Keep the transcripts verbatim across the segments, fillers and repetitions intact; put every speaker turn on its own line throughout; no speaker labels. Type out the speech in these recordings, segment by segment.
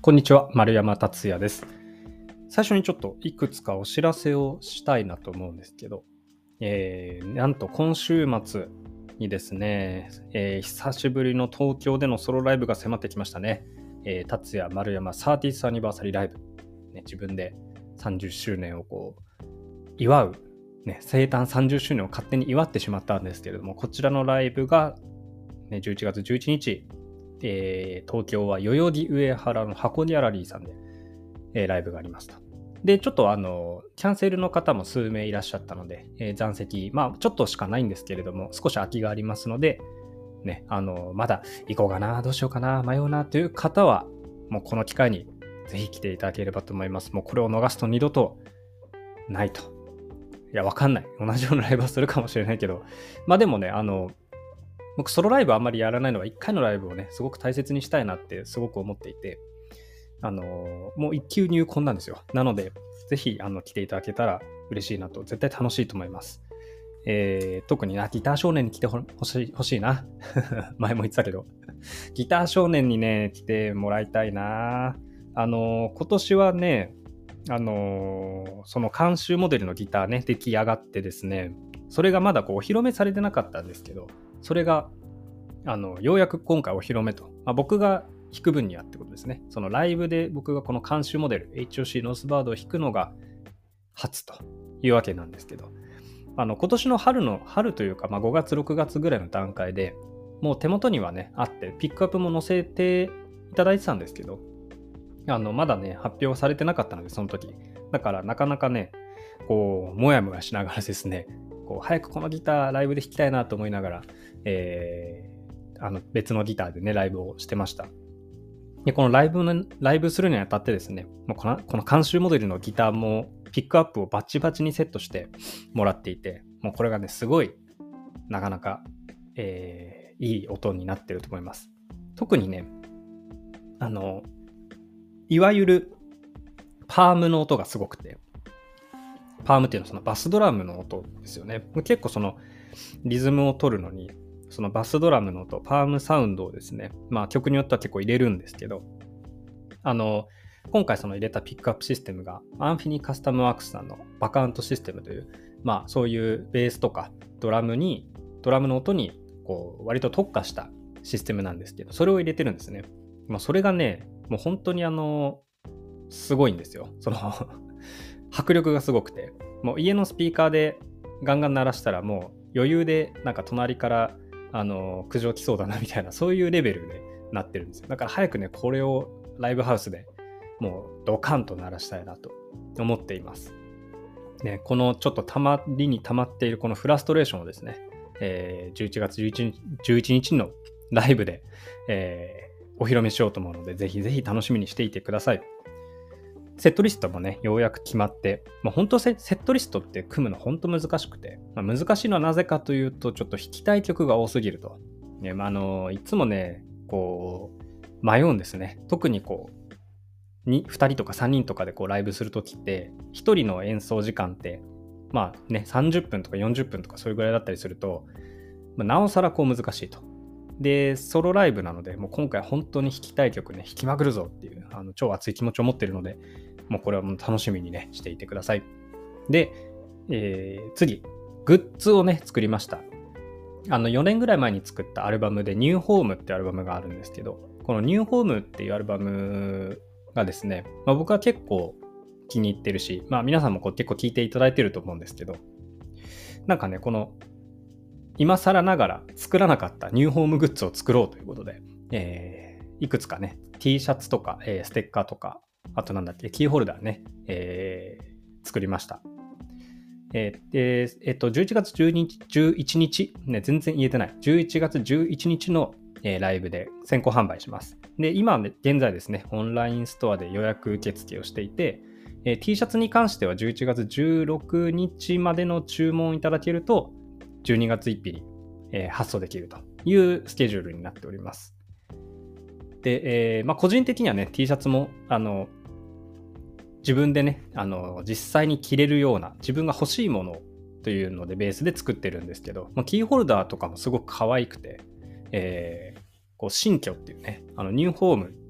こんにちは、丸山達也です。最初にちょっといくつかお知らせをしたいなと思うんですけど、えー、なんと今週末にですね、えー、久しぶりの東京でのソロライブが迫ってきましたね。えー、達也丸山サーティースアニバーサリーライブ、ね、自分でさんじゅっしゅうねんをこう祝う、ね、生誕さんじゅっしゅうねんを勝手に祝ってしまったんですけれども、こちらのライブが、ね、じゅういちがつじゅういちにち、えー、東京は代々木上原の箱ギャラリーさんで、えー、ライブがありました。で、ちょっとあのキャンセルの方も数名いらっしゃったので、えー、残席、まあちょっとしかないんですけれども、少し空きがありますので、ね、あのまだ行こうかな、どうしようかな、迷うなという方は、もうこの機会にぜひ来ていただければと思います。もうこれを逃すと二度とないと。いや、わかんない。同じようなライブはするかもしれないけど、まあでもね、あの、僕ソロライブあんまりやらないのは、いっかいのライブをね、すごく大切にしたいなってすごく思っていて、あのー、もう一級入魂なんですよ。なので、ぜひあの来ていただけたら嬉しいなと、絶対楽しいと思います。えー、特にな、ギター少年に来てほしい、欲しいな。前も言ってたけど。ギター少年にね、来てもらいたいな。あのー、今年はね、あのー、その監修モデルのギターね、出来上がってですね、それがまだこうお披露目されてなかったんですけど、それがあのようやく今回お披露目と、まあ、僕が弾く分にはってことですね。そのライブで僕がこの監修モデル エイチオーシー ノースバードを弾くのが初というわけなんですけど、あの今年の春の春というか、まあ、ごがつろくがつぐらいの段階でもう手元にはねあってピックアップも載せていただいてたんですけど、あのまだね発表されてなかったので、その時だからなかなかねこうもやもやしながらですね、こう早くこのギターライブで弾きたいなと思いながら、えー、あの別のギターでねライブをしてました。でこのライブのライブするにあたってですね、もうこのこの監修モデルのギターもピックアップをバチバチにセットしてもらっていて、もうこれがねすごいなかなか、えー、いい音になってると思います。特にね、あのいわゆるパームの音がすごくて、パームっていうのはそのバスドラムの音ですよね。結構そのリズムを取るのにそのバスドラムの音、パームサウンドをですね、まあ曲によっては結構入れるんですけど、あの今回その入れたピックアップシステムがアンフィニカスタムワークスさんのバカウントシステムという、まあそういうベースとかドラムにドラムの音にこう割と特化したシステムなんですけど、それを入れてるんですね。まあそれがね、もう本当にあのすごいんですよ。その迫力がすごくて、もう家のスピーカーでガンガン鳴らしたらもう余裕でなんか隣からあの苦情来そうだなみたいな、そういうレベルでなってるんですよ。だから早くねこれをライブハウスでもうドカンと鳴らしたいなと思っています。ね、このちょっとたまりに溜まっているこのフラストレーションをですね、えー、じゅういちがつじゅういちにち、じゅういちにちのライブで、えー、お披露目しようと思うので、ぜひぜひ楽しみにしていてください。セットリストもね、ようやく決まって、まあ、本当セットリストって組むの本当難しくて、まあ、難しいのはなぜかというと、ちょっと弾きたい曲が多すぎると。ね、まあ、あのいつもね、こう迷うんですね。特にこうにふたりとかさんにんとかでこうライブするときって、ひとりの演奏時間ってまあねさんじゅっぷんとかよんじゅっぷんとかそれぐらいだったりすると、まあ、なおさらこう難しいと。でソロライブなので、もう今回本当に弾きたい曲ね弾きまくるぞっていうあの超熱い気持ちを持っているので、もうこれはもう楽しみにねしていてください。で、えー、次グッズをね作りました。あのよねんぐらい前に作ったアルバムでニューホームってアルバムがあるんですけど、このニューホームっていうアルバムがですね、まあ、僕は結構気に入ってるし、まあ皆さんもこう結構聞いていただいてると思うんですけど、なんかねこの今更ながら作らなかったニューホームグッズを作ろうということで、えー、いくつかね T シャツとか、えー、ステッカーとか、あとなんだっけキーホルダーね、えー、作りました。えー、で、えっと、じゅういちがつじゅういちにち、ね、全然言えてない。じゅういちがつじゅういちにちの、えー、ライブで先行販売します。で、今、ね、現在ですね、オンラインストアで予約受付をしていて、えー、T シャツに関してはじゅういちがつじゅうろくにちまでの注文いただけると、じゅうにがつついたちに、えー、発送できるというスケジュールになっております。で、えーまあ、個人的にはね、T シャツも、あの、自分でね、あの実際に着れるような自分が欲しいものというのでベースで作ってるんですけど、まあ、キーホルダーとかもすごく可愛くて、えー、こう新居っていうね、あのニューホーム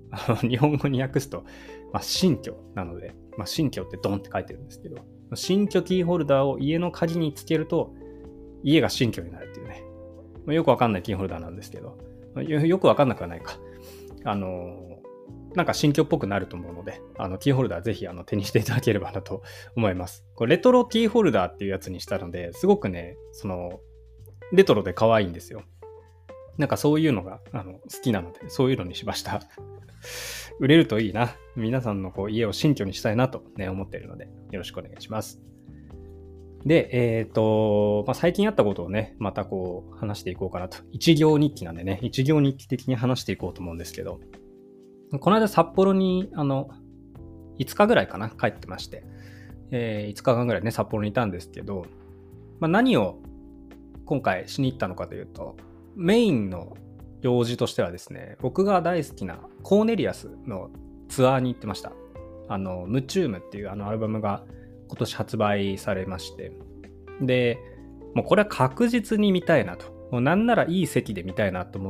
日本語に訳すと、まあ、新居なので、まあ、新居ってドンって書いてるんですけど、新居キーホルダーを家の鍵につけると、家が新居になるっていうね、まあ、よくわかんないキーホルダーなんですけど、まあ、よ, よくわかんなくはないか。あのーなんか新居っぽくなると思うので、あのキーホルダーぜひあの手にしていただければなと思います。これレトロキーホルダーっていうやつにしたので、すごくね、そのレトロで可愛いんですよ。なんかそういうのがあの好きなので、そういうのにしました。売れるといいな。皆さんのこう家を新居にしたいなと、ね、思っているので、よろしくお願いします。で、えっと、まあ、最近あったことをね、またこう話していこうかなと。一行日記なんでね、一行日記的に話していこうと思うんですけど、この間札幌にあのいつかぐらいかな帰ってまして、えー、いつかかんぐらいね札幌にいたんですけど、まあ、何を今回しに行ったのかというと、メインの用事としてはですね、僕が大好きなコーネリアスのツアーに行ってました。あのムチュームっていうあのアルバムが今年発売されまして、でもうこれは確実に見たいなと、もうなんならいい席で見たいなと思って、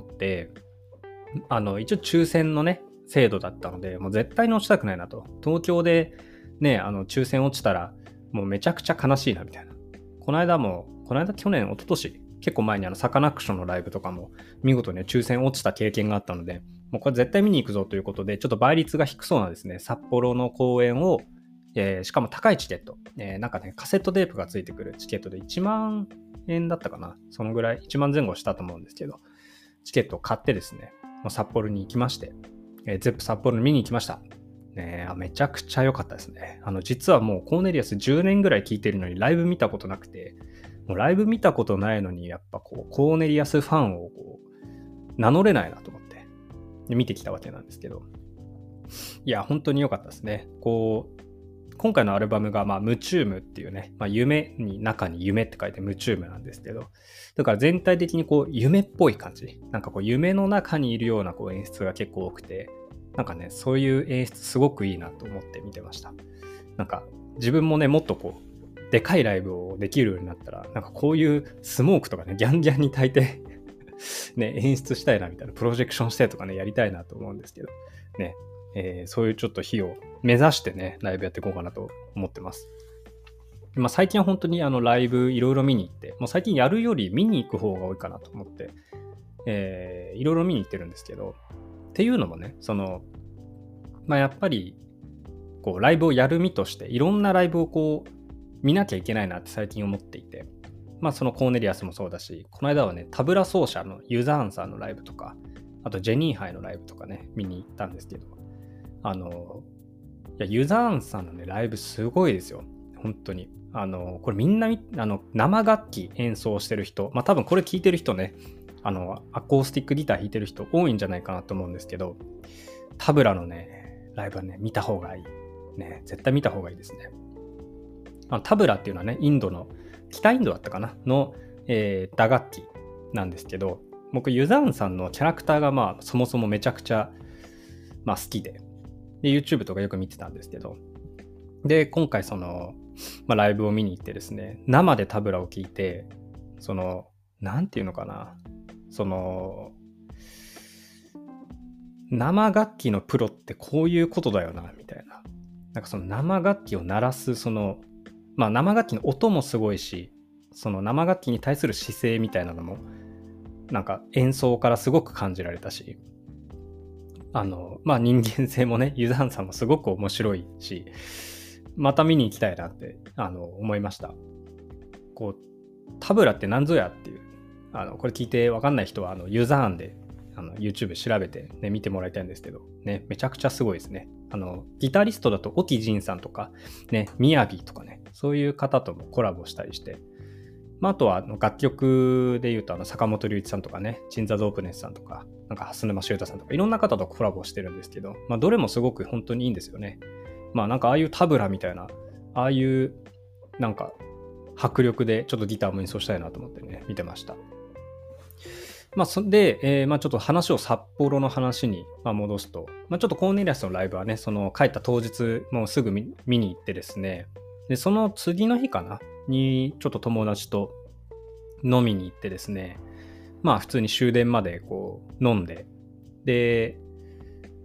あの一応抽選のね制度だったので、もう絶対に落ちたくないなと。東京でね、あの抽選落ちたらもうめちゃくちゃ悲しいなみたいな。この間も、この間去年、一昨年結構前にあのサカナクションのライブとかも見事に抽選落ちた経験があったので、もうこれ絶対見に行くぞということで、ちょっと倍率が低そうなですね、札幌の公演を、えー、しかも高いチケット、えー、なんかね、カセットテープがついてくるチケットでいちまんえんだったかな。そのぐらい、いちまんぜん後したと思うんですけど、チケットを買ってですね、もう札幌に行きまして、えー、ゼップ札幌に見に行きました。ね、あめちゃくちゃ良かったですね。あの実はもうコーネリアスじゅうねんぐらい聴いてるのにライブ見たことなくて、もうライブ見たことないのにやっぱこうコーネリアスファンをこう名乗れないなと思ってで見てきたわけなんですけど、いや本当に良かったですね。こう今回のアルバムがまあムチュームっていうね、まあ、夢に中に夢って書いてムチュームなんですけど、だから全体的にこう夢っぽい感じ、なんかこう夢の中にいるようなこう演出が結構多くて、なんかねそういう演出すごくいいなと思って見てました。なんか自分もねもっとこうでかいライブをできるようになったら、なんかこういうスモークとかねギャンギャンに焚いてね演出したいなみたいな、プロジェクションしてとかねやりたいなと思うんですけどね。えー、そういうちょっと日を目指してねライブやっていこうかなと思ってます。まあ、最近は本当にあのライブいろいろ見に行って、もう最近やるより見に行く方が多いかなと思って、えー、いろいろ見に行ってるんですけど、っていうのもね、そのまあやっぱりこうライブをやる身としていろんなライブをこう見なきゃいけないなって最近思っていて、まあそのコーネリアスもそうだし、この間はねタブラ奏者のユザーンさんのライブとか、あとジェニーハイのライブとかね見に行ったんですけど、あのいやユザーンさんのねライブすごいですよ本当に。あのこれみんなあの生楽器演奏してる人、まあ多分これ聞いてる人ね、あのアコースティックギター弾いてる人多いんじゃないかなと思うんですけど、タブラのねライブはね見た方がいいね、絶対見た方がいいですね。あのタブラっていうのはねインドの北インドだったかなの、えー、打楽器なんですけど、僕ユザーンさんのキャラクターがまあそもそもめちゃくちゃ、まあ、好きでで YouTube とかよく見てたんですけど、で今回その、まあ、ライブを見に行ってですね、生でタブラを聴いて、そのなんていうのかな、その生楽器のプロってこういうことだよなみたいな、なんかその生楽器を鳴らすそのまあ生楽器の音もすごいし、その生楽器に対する姿勢みたいなのもなんか演奏からすごく感じられたし、あのまあ人間性もねユザーンさんもすごく面白いし、また見に行きたいなってあの思いました。こうタブラって何ぞやっていう、あのこれ聞いて分かんない人はあのユザーンであの YouTube 調べて、ね、見てもらいたいんですけどね、めちゃくちゃすごいですね。あのギタリストだとオキジンさんとかね、ミヤビとかね、そういう方ともコラボしたりして、まあ、あとはあの楽曲でいうとあの坂本龍一さんとかね、チンザ・ドープネスさんとか、なんか蓮沼修太さんとかいろんな方とコラボしてるんですけど、まあ、どれもすごく本当にいいんですよね。まあなんかああいうタブラみたいな、ああいうなんか迫力でちょっとギターも演奏したいなと思ってね見てました。まあそで、えー、まあちょっと話を札幌の話に戻すと、まあ、ちょっとコーネリアスのライブはね、その帰った当日もうすぐ 見, 見に行ってですね、でその次の日かなにちょっと友達と飲みに行ってですね、まあ普通に終電までこう飲んで、で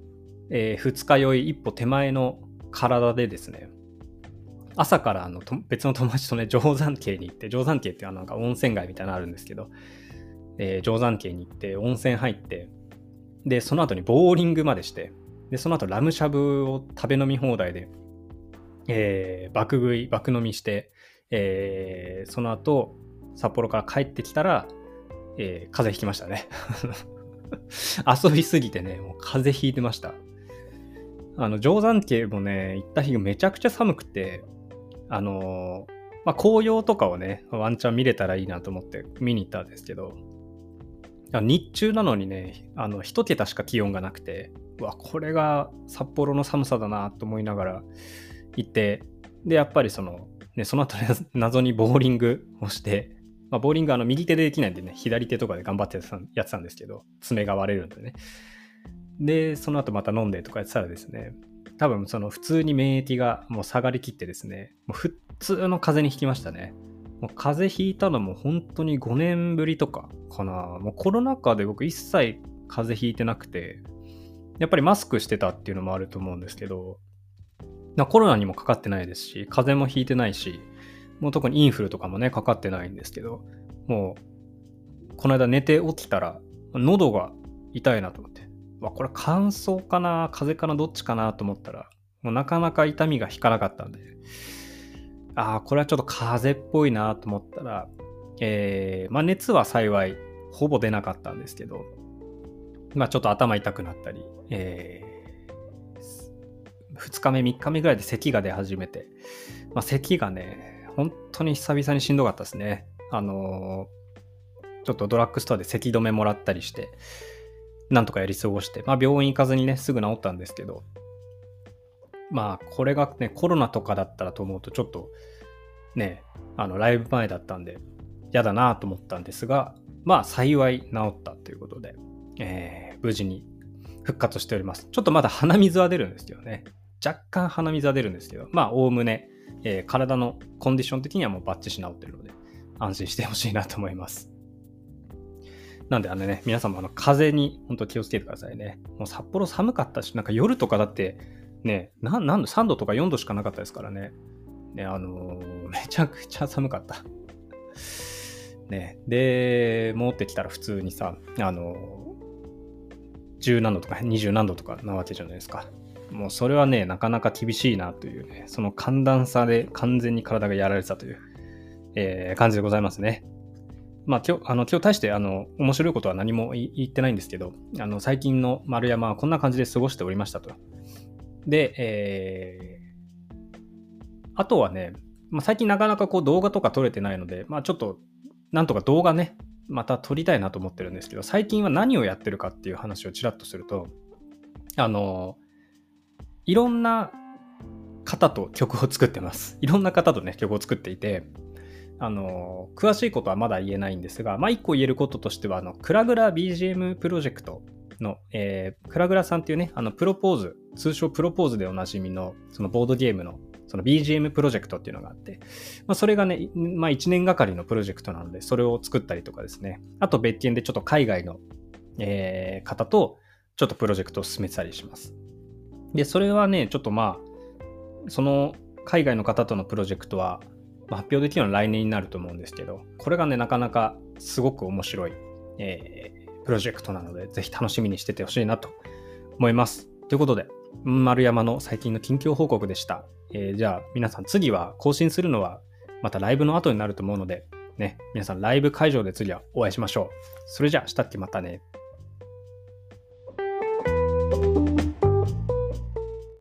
えー、二日酔い一歩手前の体でですね、朝からあのと別の友達とね、定山渓に行って、定山渓っていうなんか温泉街みたいなのあるんですけど、えー、定山渓に行って温泉入って、で、その後にボーリングまでして、で、その後ラムしゃぶを食べ飲み放題で、えー、爆食い、爆飲みして、えー、その後、札幌から帰ってきたら、えー、風邪ひきましたね。遊びすぎてね、もう風邪ひいてました。あの、定山渓もね、行った日がめちゃくちゃ寒くて、あのー、まあ、紅葉とかをね、ワンチャン見れたらいいなと思って見に行ったんですけど、日中なのにね、あの、一桁しか気温がなくて、うわ、これが札幌の寒さだなと思いながら行って、で、やっぱりその、ね、その後、ね、謎にボーリングをして、まあ、ボーリングあの右手でできないんでね、左手とかで頑張ってやってたんですけど、爪が割れるんでね。で、その後また飲んでとかやってたらですね、多分その普通に免疫がもう下がりきってですね、もう普通の風邪にひきましたね。もう風邪ひいたのも本当にごねんぶりとかかな。もうコロナ禍で僕一切風邪ひいてなくて、やっぱりマスクしてたっていうのもあると思うんですけど、コロナにもかかってないですし、風邪もひいてないし、もう特にインフルとかもね、かかってないんですけど、もう、この間寝て起きたら、喉が痛いなと思って、わ、これ乾燥かな、風邪かな、どっちかなと思ったら、もうなかなか痛みが引かなかったんで、ああ、これはちょっと風邪っぽいなと思ったら、えー、まあ熱は幸い、ほぼ出なかったんですけど、まあちょっと頭痛くなったり、えー、ふつかめ、みっかめぐらいで咳が出始めて、まあ咳がね、本当に久々にしんどかったですね。あのー、ちょっとドラッグストアで咳止めもらったりして、なんとかやり過ごして、まあ病院行かずにね、すぐ治ったんですけど、まあこれがね、コロナとかだったらと思うとちょっとね、あのライブ前だったんで嫌だなと思ったんですが、まあ幸い治ったということで、えー、無事に復活しております。ちょっとまだ鼻水は出るんですけどね。若干鼻水は出るんですけど、まあおおむね、えー、体のコンディション的にはもうバッチシ治ってるので安心してほしいなと思います。なんであのね、皆さんもあの風邪に本当気をつけてくださいね。もう札幌寒かったし、なんか夜とかだってね、ななんさんどとかよんどしかなかったですからね。ね、あのー、めちゃくちゃ寒かった。ね、で、戻ってきたら普通にさ、あのー、じゅうなんどとかにじゅうなんどとかなわけじゃないですか。もうそれはね、なかなか厳しいなというね、その寒暖差で完全に体がやられてたという、えー、感じでございますね。まあ今日、あの今日対してあの面白いことは何も言ってないんですけど、あの最近の丸山はこんな感じで過ごしておりましたと。で、えー、あとはね、まあ、最近なかなかこう動画とか撮れてないので、まあちょっとなんとか動画ね、また撮りたいなと思ってるんですけど、最近は何をやってるかっていう話をちらっとすると、あの、いろんな方と曲を作ってます。いろんな方とね、曲を作っていて、あの、詳しいことはまだ言えないんですが、まあ一個言えることとしては、あの、クラグラ ビージーエム プロジェクトの、えー、クラグラさんっていうね、あの、プロポーズ、通称プロポーズでおなじみの、そのボードゲームの、その ビージーエム プロジェクトっていうのがあって、まあそれがね、まあいちねんがかりのプロジェクトなので、それを作ったりとかですね、あと別件でちょっと海外の、えー、方と、ちょっとプロジェクトを進めてたりします。で、それはね、ちょっとまあ、その海外の方とのプロジェクトは、発表できるのは来年になると思うんですけど、これがね、なかなかすごく面白い、えー、プロジェクトなので、ぜひ楽しみにしててほしいなと思います。ということで、丸山の最近の近況報告でした。えー、じゃあ、皆さん次は更新するのは、またライブの後になると思うので、ね、皆さんライブ会場で次はお会いしましょう。それじゃあ、したっけまたね。